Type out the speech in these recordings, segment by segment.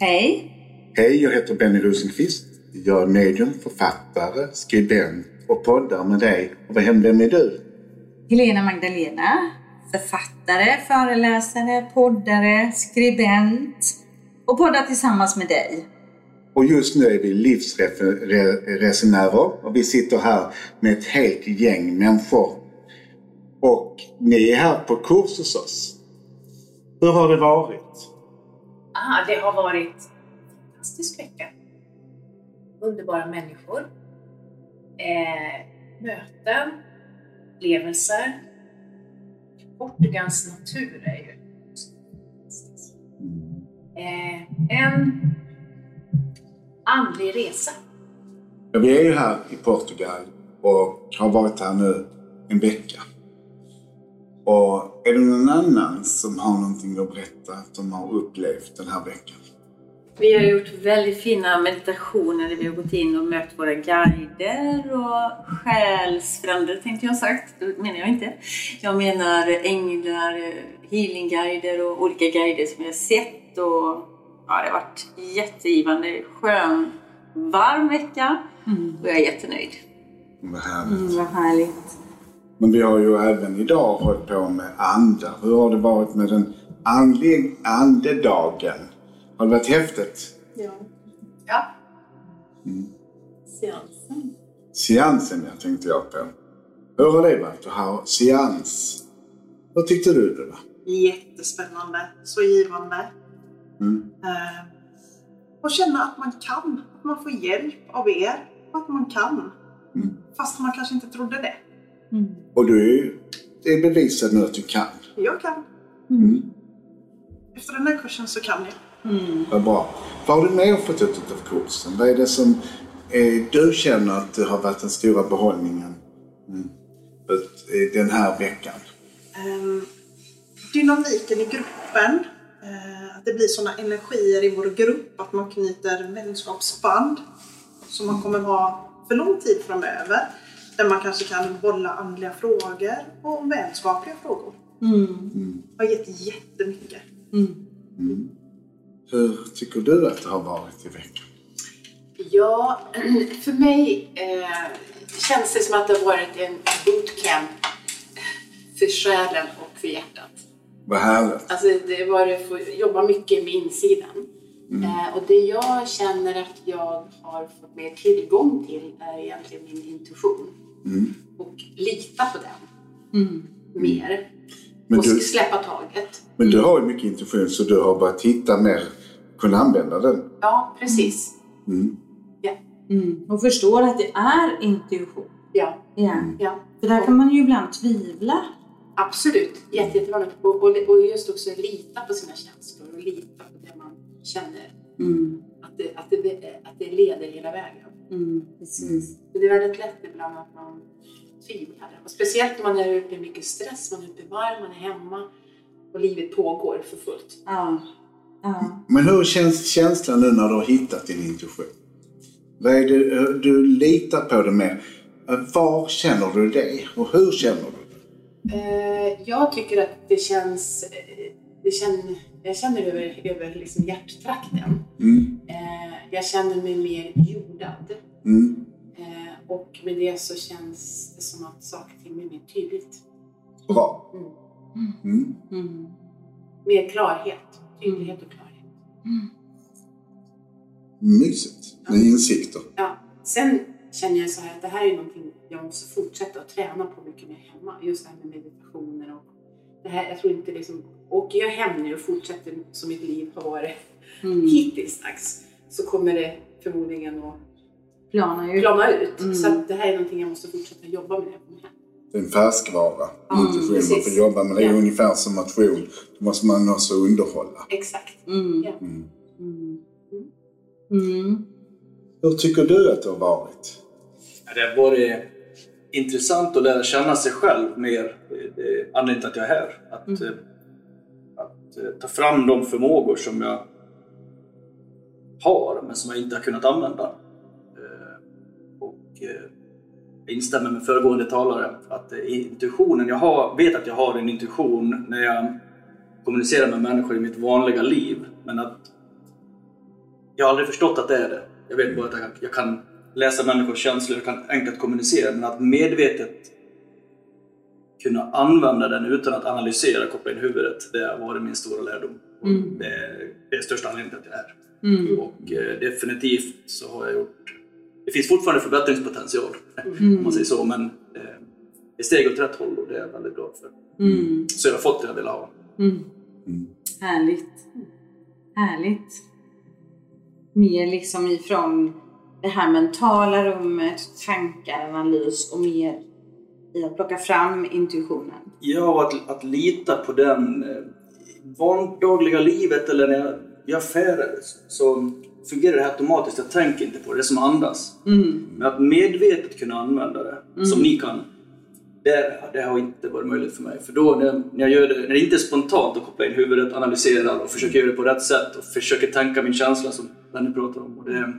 Hej. Hej, jag heter Benny Rosenqvist. Jag är medium, författare, skribent och poddar med dig. Och vem är du? Helena Magdalena. Författare, föreläsare, poddare, skribent och poddar tillsammans med dig. Och just nu är vi livsresenärer och vi sitter här med ett helt gäng människor. Och ni är här på kurs hos oss. Hur har det varit? Det har varit en fantastisk vecka. Underbara människor. Möten. Upplevelser. Portugals natur är ju fantastisk. En andlig resa. Ja, vi är ju här i Portugal och har varit här nu en vecka. Och är det någon annan som har någonting att berätta som har upplevt den här veckan? Vi har gjort väldigt fina meditationer där vi har gått in och mött våra guider och själsfränder tänkte jag ha sagt. Det menar jag inte. Jag menar änglar, healingguider och olika guider som jag har sett. Och ja, det har varit jättegivande, skön, varm vecka. Och jag är jättenöjd. Vad härligt. Vad härligt. Men vi har ju även idag hållit på med andar. Hur har det varit med den andedagen? Har det varit häftigt? Ja. Seansen. Jag tänkte jag på. Hur har det varit att ha seans? Vad tyckte du det var? Jättespännande. Så givande. Och känna att man kan. Att man får hjälp av er. Och att man kan. Fast man kanske inte trodde det. Och du är bevisad nu att du kan. Jag kan. Efter den här kursen så kan jag. Vad bra. Vad har du mer fått ut av kursen? Vad är det som du känner att det har varit den stora behållningen den här veckan? Dynamiken i gruppen. Att det blir sådana energier i vår grupp. Att man knyter vänskapsband. Som man kommer ha för lång tid framöver. Där man kanske kan bolla andliga frågor och vänskapliga frågor. Har gett jättemycket. Hur tycker du att det har varit i veckan? Ja, för mig känns det som att det har varit en bootcamp för själen och för hjärtat. Vad härligt. Alltså det var att få jobba mycket med insidan. Och det jag känner att jag har fått mer tillgång till är egentligen min intuition. Och lita på den mer. Och släppa taget. Men du har ju mycket intuition så du har bara titta mer, kunna använda den. Ja, precis. Ja. Och förstår att det är intuition. Ja. För där kan man ju ibland tvivla. Absolut, jättevanligt. Och just också lita på sina känslor och lita på det man känner. Att det leder hela vägen. Precis. Det är väldigt lätt ibland att man tvivlar. Och speciellt när man är uppe i mycket stress, man är uppe varm, man är hemma och livet pågår för fullt. Ja. Men hur känns känslan nu när du har hittat din intuition? Vad är det du litar på det med? Var känner du det? Och hur känner du det? Jag tycker att det känns... Jag känner över liksom hjärttrakten. Jag känner mig mer jordad. Och med det så känns det som att saker och ting blir mer tydligt. Bra. Mer klarhet. Tydlighet och klarhet. Mysigt. Med insikter. Ja. Sen känner jag så här att det här är någonting jag måste fortsätta att träna på mycket mer hemma. Just det här med meditationer och det här, jag tror inte liksom, åker jag hem nu och fortsätter som mitt liv har varit hittills så kommer det förmodligen att plana ut. Så att det här är någonting jag måste fortsätta jobba med. Det är en färskvara. Intuition. Man får jobba med det är ungefär som motion. Då måste man också underhålla. Exakt. Hur tycker du att det har varit? Det har varit intressant att lära känna sig själv mer. Anledningen till att jag är här. Att ta fram de förmågor som jag har men som jag inte har kunnat använda. Jag instämmer med föregående talare att intuitionen, vet att jag har en intuition när jag kommunicerar med människor i mitt vanliga liv, men att Jag har aldrig förstått att det är det. Jag vet bara att jag kan läsa människors känslor, jag kan enkelt kommunicera. Men att medvetet kunna använda den utan att analysera, koppla in huvudet, det har varit min stora lärdom. Det är största anledningen till att jag är här. Och definitivt så har jag gjort... Det finns fortfarande förbättringspotential, om man säger så, men det steg åt rätt håll och det är jag väldigt glad för. Så jag har fått det jag vill ha. Härligt. Mer liksom ifrån det här mentala rummet, tankar, analys och mer i att plocka fram intuitionen. Ja, att lita på den vardagliga livet eller när jag gör affärer så fungerar det automatiskt. Jag tänker inte på det, som andas. Men att medvetet kunna använda det som ni kan, det har inte varit möjligt för mig. För då när jag gör det, när det inte är spontant och kopplar in huvudet, analyserar och försöker göra det på rätt sätt och försöker tänka min känsla som den pratar om. Och det,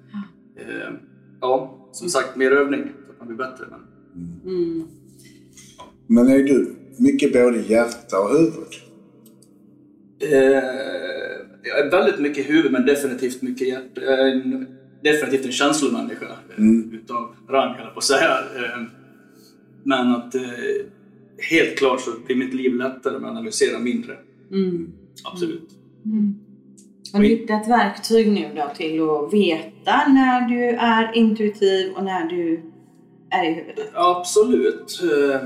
som sagt, mer övning så att man blir bättre. Men är du mycket både hjärta och huvud? Jag är väldigt mycket huvud, men definitivt mycket hjärta. Jag är definitivt en känslomänniska utav rang, eller på att säga. Men att helt klart så blir mitt liv lättare med att analysera mindre. Absolut. Har du hittat ett verktyg nu då till att veta när du är intuitiv och när du är i huvudet? Absolut.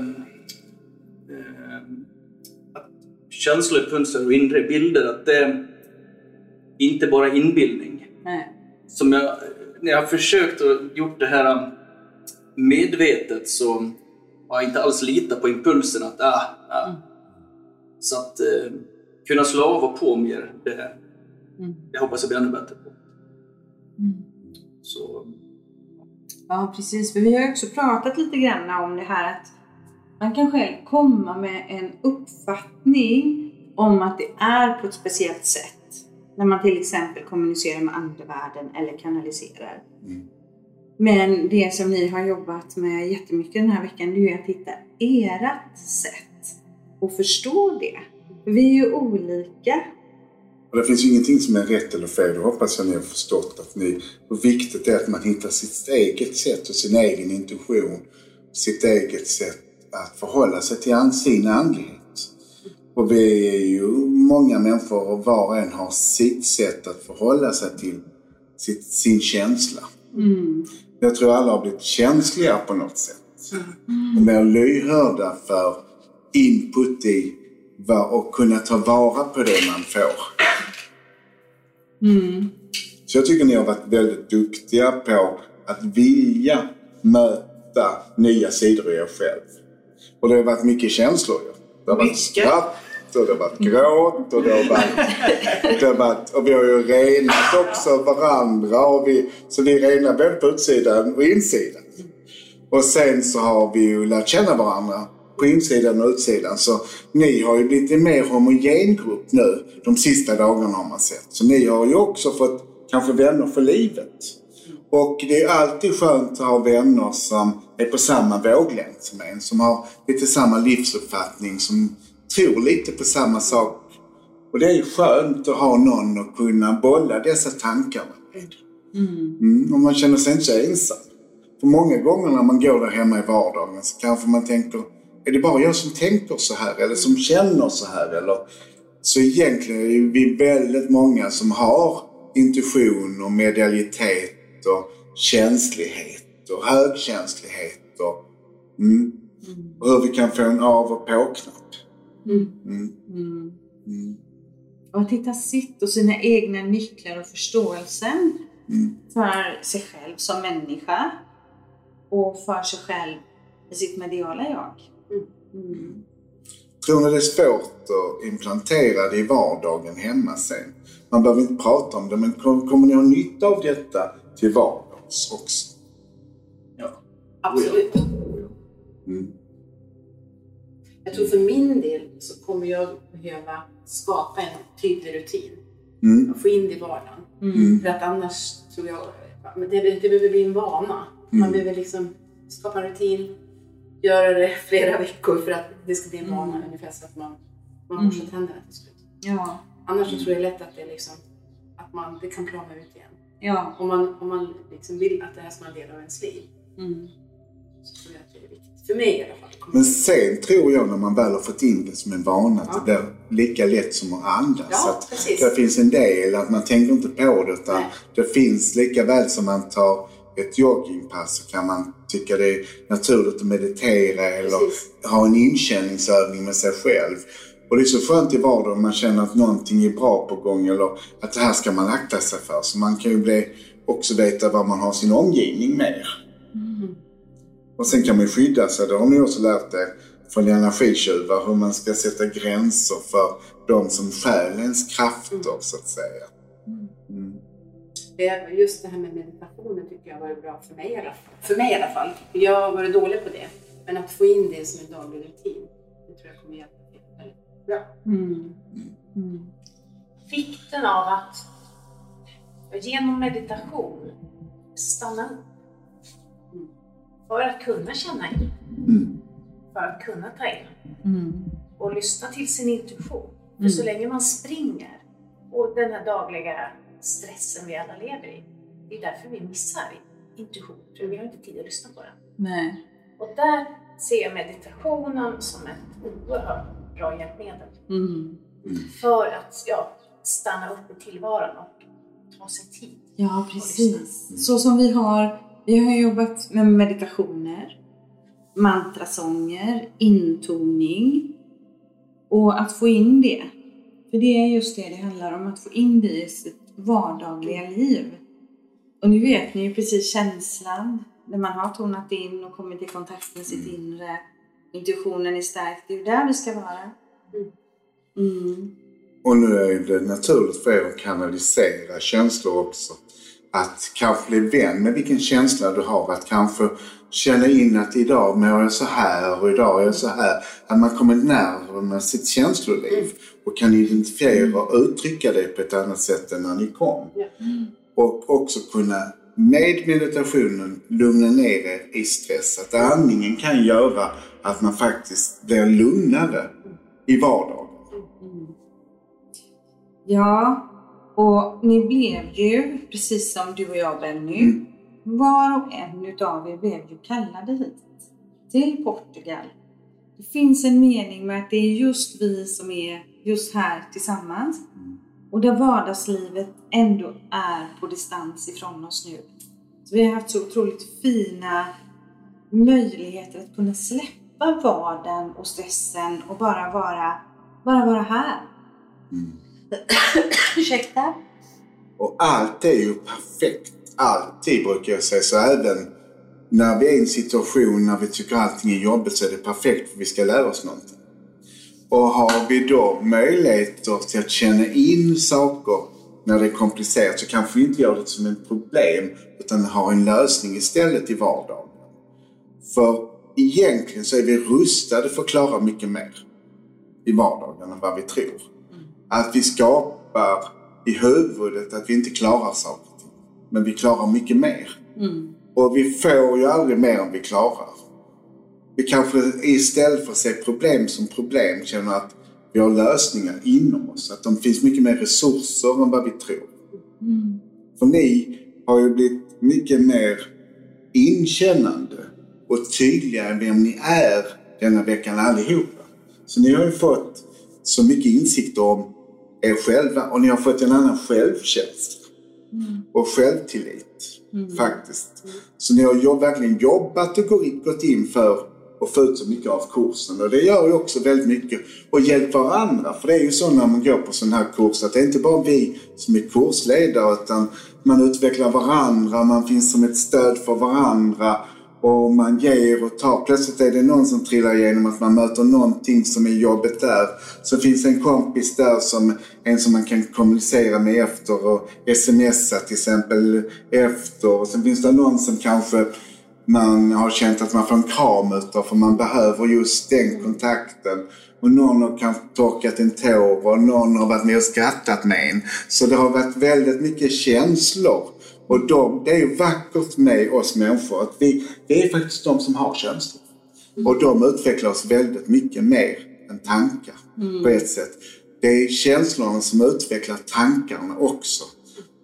Känsloimpulser och inre bilder, att det inte bara är inbildning. Nej. Som när jag har försökt och gjort det här medvetet så har jag inte alls litat på impulsen att Så att kunna slå av och på mer, det hoppas jag blir ännu bättre på. Så. Ja, precis. För vi har ju också pratat lite grann om det här att man kan själv komma med en uppfattning om att det är på ett speciellt sätt. När man till exempel kommunicerar med andevärlden eller kanaliserar. Men det som ni har jobbat med jättemycket den här veckan, det är ju att hitta ert sätt och förstå det. För vi är ju olika. Och det finns ju ingenting som är rätt eller fel. Då hoppas jag ni har förstått att hur viktigt det är att man hittar sitt eget sätt och sin egen intuition. Sitt eget sätt att förhålla sig till sin andlighet. Och vi är ju många människor och var och en har sitt sätt att förhålla sig till sin känsla. Jag tror alla har blivit känsliga på något sätt. Och mer lyhörda för input i och kunna ta vara på det man får. Så jag tycker ni har varit väldigt duktiga på att vilja möta nya sidor i er själv. Och det har varit mycket känslor. Det har varit skratt och det har varit gråt och det har varit och vi har ju renat också varandra så vi renar både på utsidan och insidan. Och sen så har vi ju lärt känna varandra på insidan och utsidan. Så ni har ju blivit en mer homogen grupp nu de sista dagarna har man sett. Så ni har ju också fått kanske vänner för livet. Och det är alltid skönt att ha vänner som är på samma våglängd som en. Som har lite samma livsuppfattning, som tror lite på samma sak. Och det är ju skönt att ha någon att kunna bolla dessa tankar med. Och man känner sig inte så ensam. För många gånger när man går där hemma i vardagen så kanske man tänker, är det bara jag som tänker så här eller som känner så här? Eller? Så egentligen är vi väldigt många som har intuition och medialitet och känslighet och högkänslighet och hur vi kan få en av- och påknapp. Och att hitta sitt och sina egna nycklar och förståelsen för sig själv som människa och för sig själv i sitt mediala jag. Tror ni det är svårt att implantera det i vardagen hemma sen? Man behöver inte prata om det, men kommer ni ha nytta av detta till vardags också? Ja. Absolut. Jag tror för min del så kommer jag behöva skapa en tydlig rutin. Och få in det i vardagen. För att annars tror jag det behöver bli en vana. Man behöver liksom skapa en rutin, göra det flera veckor för att det ska bli en vana. Ungefär så att man borstar tänderna till slut. Ja. Annars så tror jag lätt att det liksom att det kan plana ut igen. Ja. Om man liksom vill att det här ska vara en del av ens liv. Så tror jag att det är viktigt. För mig i alla fall. Men sen tror jag när man väl har fått in det som en vana att det blir lika lätt som att andas. Ja, att precis. det finns en del att man tänker inte på det utan det finns lika väl som man tar ett joggingpass så kan man tycka det är naturligt att meditera eller ha en inkänningsövning med sig själv. Och det är så skönt i vardagen om man känner att någonting är bra på gång eller att det här ska man akta sig för. Så man kan ju också veta vad man har sin omgivning med. Och sen kan man skydda sig. Det har ni också lärt er från energitjuvar hur man ska sätta gränser för de som stjäl ens krafter så att säga. Just det här med meditationen tycker jag var bra för mig i alla fall. För mig i alla fall. Jag har varit dålig på det. Men att få in det som en daglig rutin, det tror jag kommer hjälpa till väldigt bra. Vikten av att genom meditation stanna upp. För att kunna känna in. För att kunna ta in. Och lyssna till sin intuition. För så länge man springer och den här dagliga stressen vi alla lever i. Det är därför vi missar intuition. För vi har inte tid att lyssna på den. Nej. Och där ser jag meditationen som ett oerhört bra hjälpmedel. För att stanna upp i tillvaron och ta sig tid. Ja, precis. Så som vi har jobbat med meditationer, mantrasånger, intoning och att få in det. För det är just det handlar om, att få in det i sitt vardagliga liv. Och nu vet ni ju precis känslan när man har tonat in och kommit i kontakt med sitt inre. Intuitionen är stark, det är ju där vi ska vara. Och nu är det naturligt för er att kanalisera känslor också. Att kanske bli vän med vilken känsla du har. Att kanske känna in att idag mår jag så här och idag är jag så här. Att man kommer närmare sitt känsloliv och kan identifiera och uttrycka det på ett annat sätt än när ni kom. Och också kunna med meditationen lugna ner er i stress. Att andningen kan göra att man faktiskt blir lugnare i vardagen. Ja, och ni blev ju, precis som du och jag Benny, var och en utav er blev ju kallade hit till Portugal. Det finns en mening med att det är just vi som är just här tillsammans. Och där vardagslivet ändå är på distans ifrån oss nu. Så vi har haft så otroligt fina möjligheter att kunna släppa vardagen och stressen och bara vara här. Ursäkta? Och allt är ju perfekt. Alltid brukar jag säga. Så även när vi är i en situation när vi tycker allting är jobbigt så är det perfekt för vi ska lära oss någonting. Och har vi då möjligheter till att känna in saker när det är komplicerat så kanske vi inte gör det som ett problem utan har en lösning istället i vardagen. För egentligen så är vi rustade för att klara mycket mer i vardagen än vad vi tror. Att vi skapar i huvudet att vi inte klarar saker. Men vi klarar mycket mer. Och vi får ju aldrig mer än vi klarar. Vi kanske istället för att se problem som problem känner att vi har lösningar inom oss. Att de finns mycket mer resurser än vad vi tror. För ni har ju blivit mycket mer inkännande och tydliga än vem ni är denna veckan allihopa. Så ni har ju fått så mycket insikt om er själva och ni har fått en annan självkänsla och självtillit faktiskt. Så ni har verkligen jobbat och gått in för att få ut så mycket av kursen och det gör ju också väldigt mycket och hjälpa varandra, för det är ju så när man går på sån här kurs att det är inte bara vi som är kursledare utan man utvecklar varandra, man finns som ett stöd för varandra och man ger och tar. Plötsligt är det någon som trillar igenom att man möter någonting som är jobbet där. Så finns en kompis där som man kan kommunicera med efter och smsa till exempel efter. Och sen finns det någon som kanske man har känt att man får en kram utav för man behöver just den kontakten. Och någon har kanske torkat en tår och någon har varit med och skrattat med en. Så det har varit väldigt mycket känslor. Och det är ju vackert med oss människor att vi är faktiskt de som har känslor. Och de utvecklar oss väldigt mycket mer än tankar på ett sätt. Det är känslorna som utvecklar tankarna också.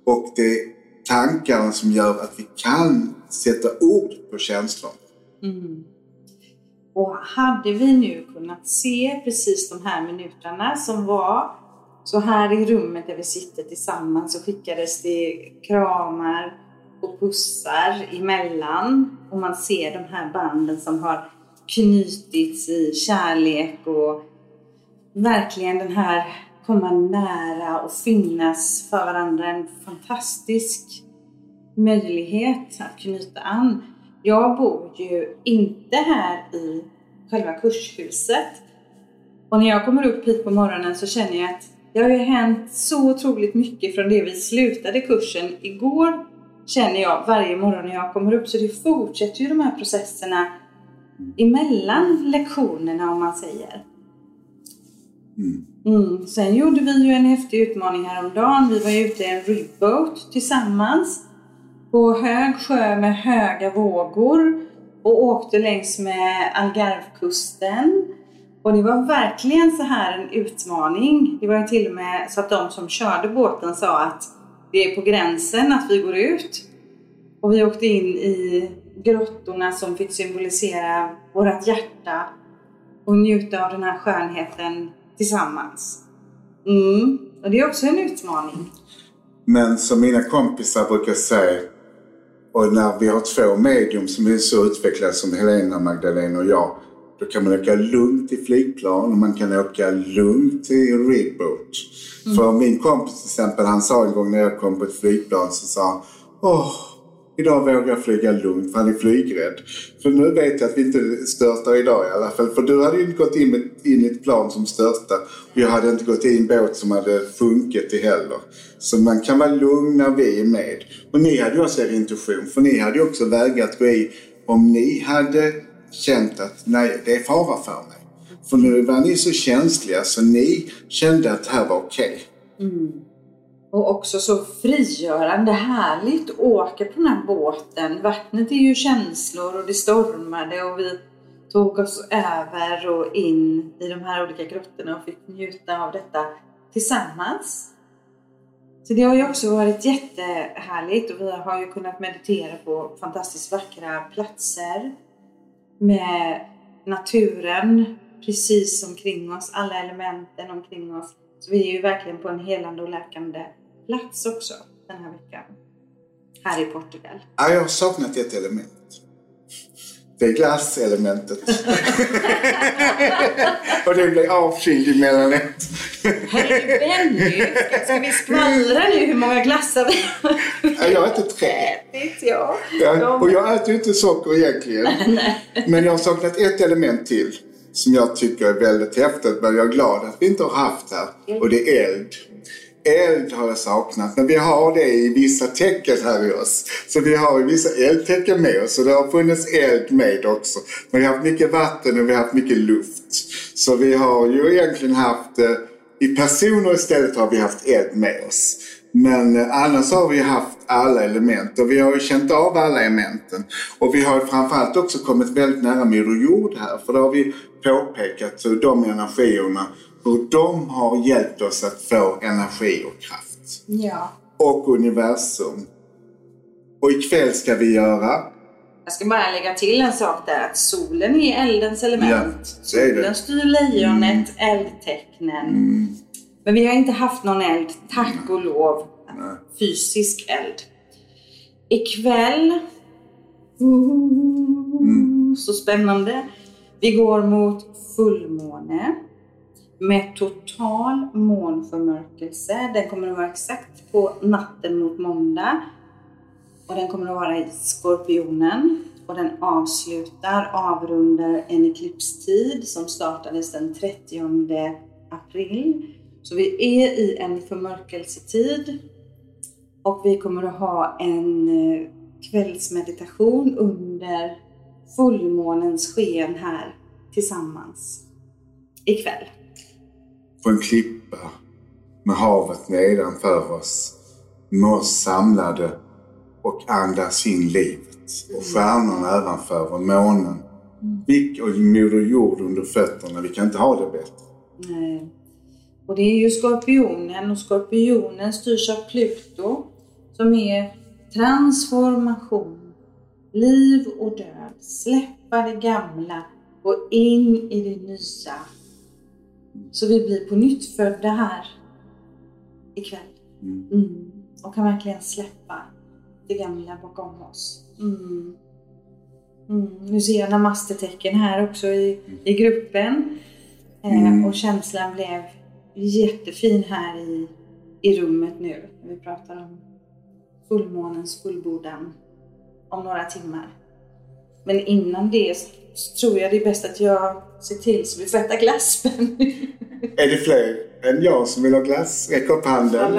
Och det är tankarna som gör att vi kan sätta ord på känslor. Mm. Och hade vi nu kunnat se precis de här minuterna som var så här i rummet där vi sitter tillsammans, så skickades det kramar och pussar emellan. Och man ser de här banden som har knutits i kärlek och verkligen den här komma nära och finnas för varandra. En fantastisk möjlighet att knyta an. Jag bor ju inte här i själva kurshuset. Och när jag kommer upp hit på morgonen så känner jag att det har ju hänt så otroligt mycket från det vi slutade kursen igår. Känner jag varje morgon när jag kommer upp. Så det fortsätter ju de här processerna emellan lektionerna, om man säger. Sen gjorde vi ju en häftig utmaning häromdagen. Vi var ute i en ribboat tillsammans på hög sjö med höga vågor och åkte längs med Algarvekusten. Och det var verkligen så här en utmaning. Det var ju till och med så att de som körde båten sa att det är på gränsen att vi går ut. Och vi åkte in i grottorna som fick symbolisera vårt hjärta och njuta av den här skönheten tillsammans. Och det är också en utmaning. Men som mina kompisar brukar säga, och när vi har 2 medium som är så utvecklade som Helena, Magdalena och jag, då kan man åka lugnt i flygplan och man kan åka lugnt i ribboat. För min kompis till exempel, han sa en gång när jag kom på ett flygplan så sa han, idag vågar jag flyga lugnt för han är flygrädd. För nu vet jag att vi inte störtar idag i alla fall. För du hade ju inte gått in i ett plan som störtar. Och jag hade inte gått in i en båt som hade funkat i heller. Så man kan vara lugn när vi är med. Och ni hade ju också en intuition. För ni hade ju också vägat gå i om ni hade känt att nej, det är fara för mig. För nu var ni så känsliga så ni kände att det här var okej. Och också så frigörande, härligt att åka på den här båten. Vattnet är ju känslor och det stormade och vi tog oss över och in i de här olika grottorna och fick njuta av detta tillsammans. Så det har ju också varit jättehärligt och vi har ju kunnat meditera på fantastiskt vackra platser med naturen precis omkring oss, alla elementen omkring oss. Så vi är ju verkligen på en helande och läkande plats också den här veckan. Här i Portugal. Ja, jag har saknat ett element. Det är glasselementet. Och det blir avskild emellanåt. Hej Benny, ska vi skvallra nu hur många glassar vi har? Ja, jag äter 3. Ja, och jag äter inte socker egentligen. Men jag har saknat ett element till. Som jag tycker är väldigt häftigt, men jag är glad att vi inte har haft här. Och det är eld. Eld har jag saknat, men vi har det i vissa tecken här i oss. Så vi har ju vissa eldtecken med oss, så det har funnits eld med också. Men vi har haft mycket vatten och vi har haft mycket luft. Så vi har ju egentligen haft, i personer istället har vi haft eld med oss. Men annars har vi haft alla element och vi har ju känt av alla elementen. Och vi har ju framförallt också kommit väldigt nära Moder Jord här. För då har vi påpekat hur de energierna, hur de har hjälpt oss att få energi och kraft. Ja. Och universum. Och ikväll ska vi göra... Jag ska bara lägga till en sak där. Att solen är eldens element. Ja, det är det. Solen styr lejonet, eldtecknen. Men vi har inte haft någon eld, tack och lov. Fysisk eld. Ikväll... Så spännande. Vi går mot fullmåne. Med total månförmörkelse. Den kommer att vara exakt på natten mot måndag. Och den kommer att vara i Skorpionen. Och den avrundar en eklipstid som startades den 30 april. Så vi är i en förmörkelsetid. Och vi kommer att ha en kvällsmeditation under fullmånens sken här tillsammans ikväll. På en klippa med havet nedanför oss. Med oss samlade och andas in livet. Och stjärnorna ovanför och månen. Och Moder Jord under fötterna. Vi kan inte ha det bättre. Nej. Och det är ju Skorpionen. Och Skorpionen styrs av Pluto. som är transformation, liv och död, släppa det gamla och in i det nya. Så vi blir på nytt födda här ikväll. Och kan verkligen släppa det gamla bakom oss. Nu ser jag namaste-tecken här också i gruppen. Och känslan blev jättefin här i rummet nu. Vi pratar om fullmånens fullbordan om några timmar. Men innan det så tror jag det är bäst att jag ser till så vi får äta glass. Är det fler än jag som vill ha glass? Räck upp handen.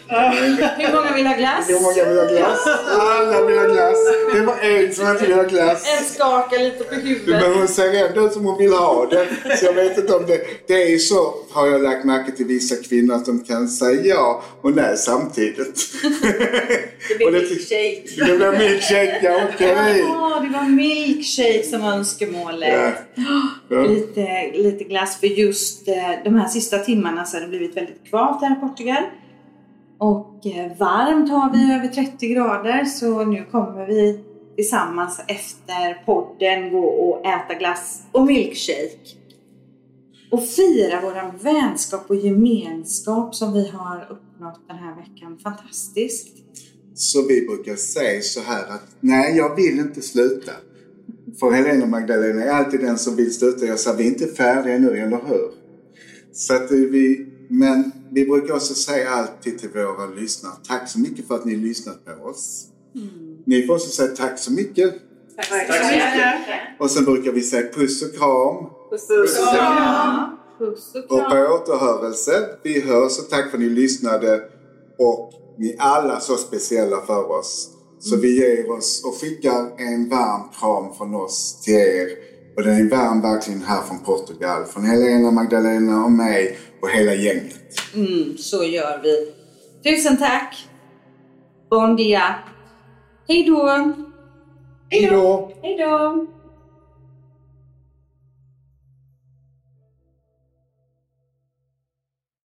Hur många vill ha glass? Hur många vill ha glass? Alla vill ha glass. Det var en som inte vill ha glass. En skakar lite på huvudet. Men hon ser ändå ut som hon vill ha det. Så jag vet inte om det... Det är ju så, har jag lagt märke till vissa kvinnor, att de kan säga ja och nej samtidigt. Det blir milkshake. Det blir milkshake, ja okej. Det var milkshake som var önskemålet. Ja. Lite glass för just de här sista timmarna så har det blivit väldigt kvavt här i Portugal. Och varmt har vi över 30 grader så nu kommer vi tillsammans efter podden gå och äta glass och milkshake. Och fira våran vänskap och gemenskap som vi har uppnått den här veckan. Fantastiskt. Så vi brukar säga så här att nej, jag vill inte sluta. För Helena och Magdalena är alltid den som vill sluta. Jag sa vi är inte färdiga nu, eller hur? Så att men vi brukar också säga alltid till våra lyssnare. Tack så mycket för att ni har lyssnat på oss. Ni får också säga tack så mycket. Tack så mycket. Och sen brukar vi säga puss och kram. Puss och kram. Och på återhörelse. Vi hörs och tack för att ni lyssnade. Och ni är alla så speciella för oss. Så vi ger oss och skickar en varm kram från oss till er. Och den är varm verkligen här från Portugal. Från Helena, Magdalena och mig och hela gänget. Så gör vi. Tusen tack. Bon dia. Hej då. Hej då. Hej då.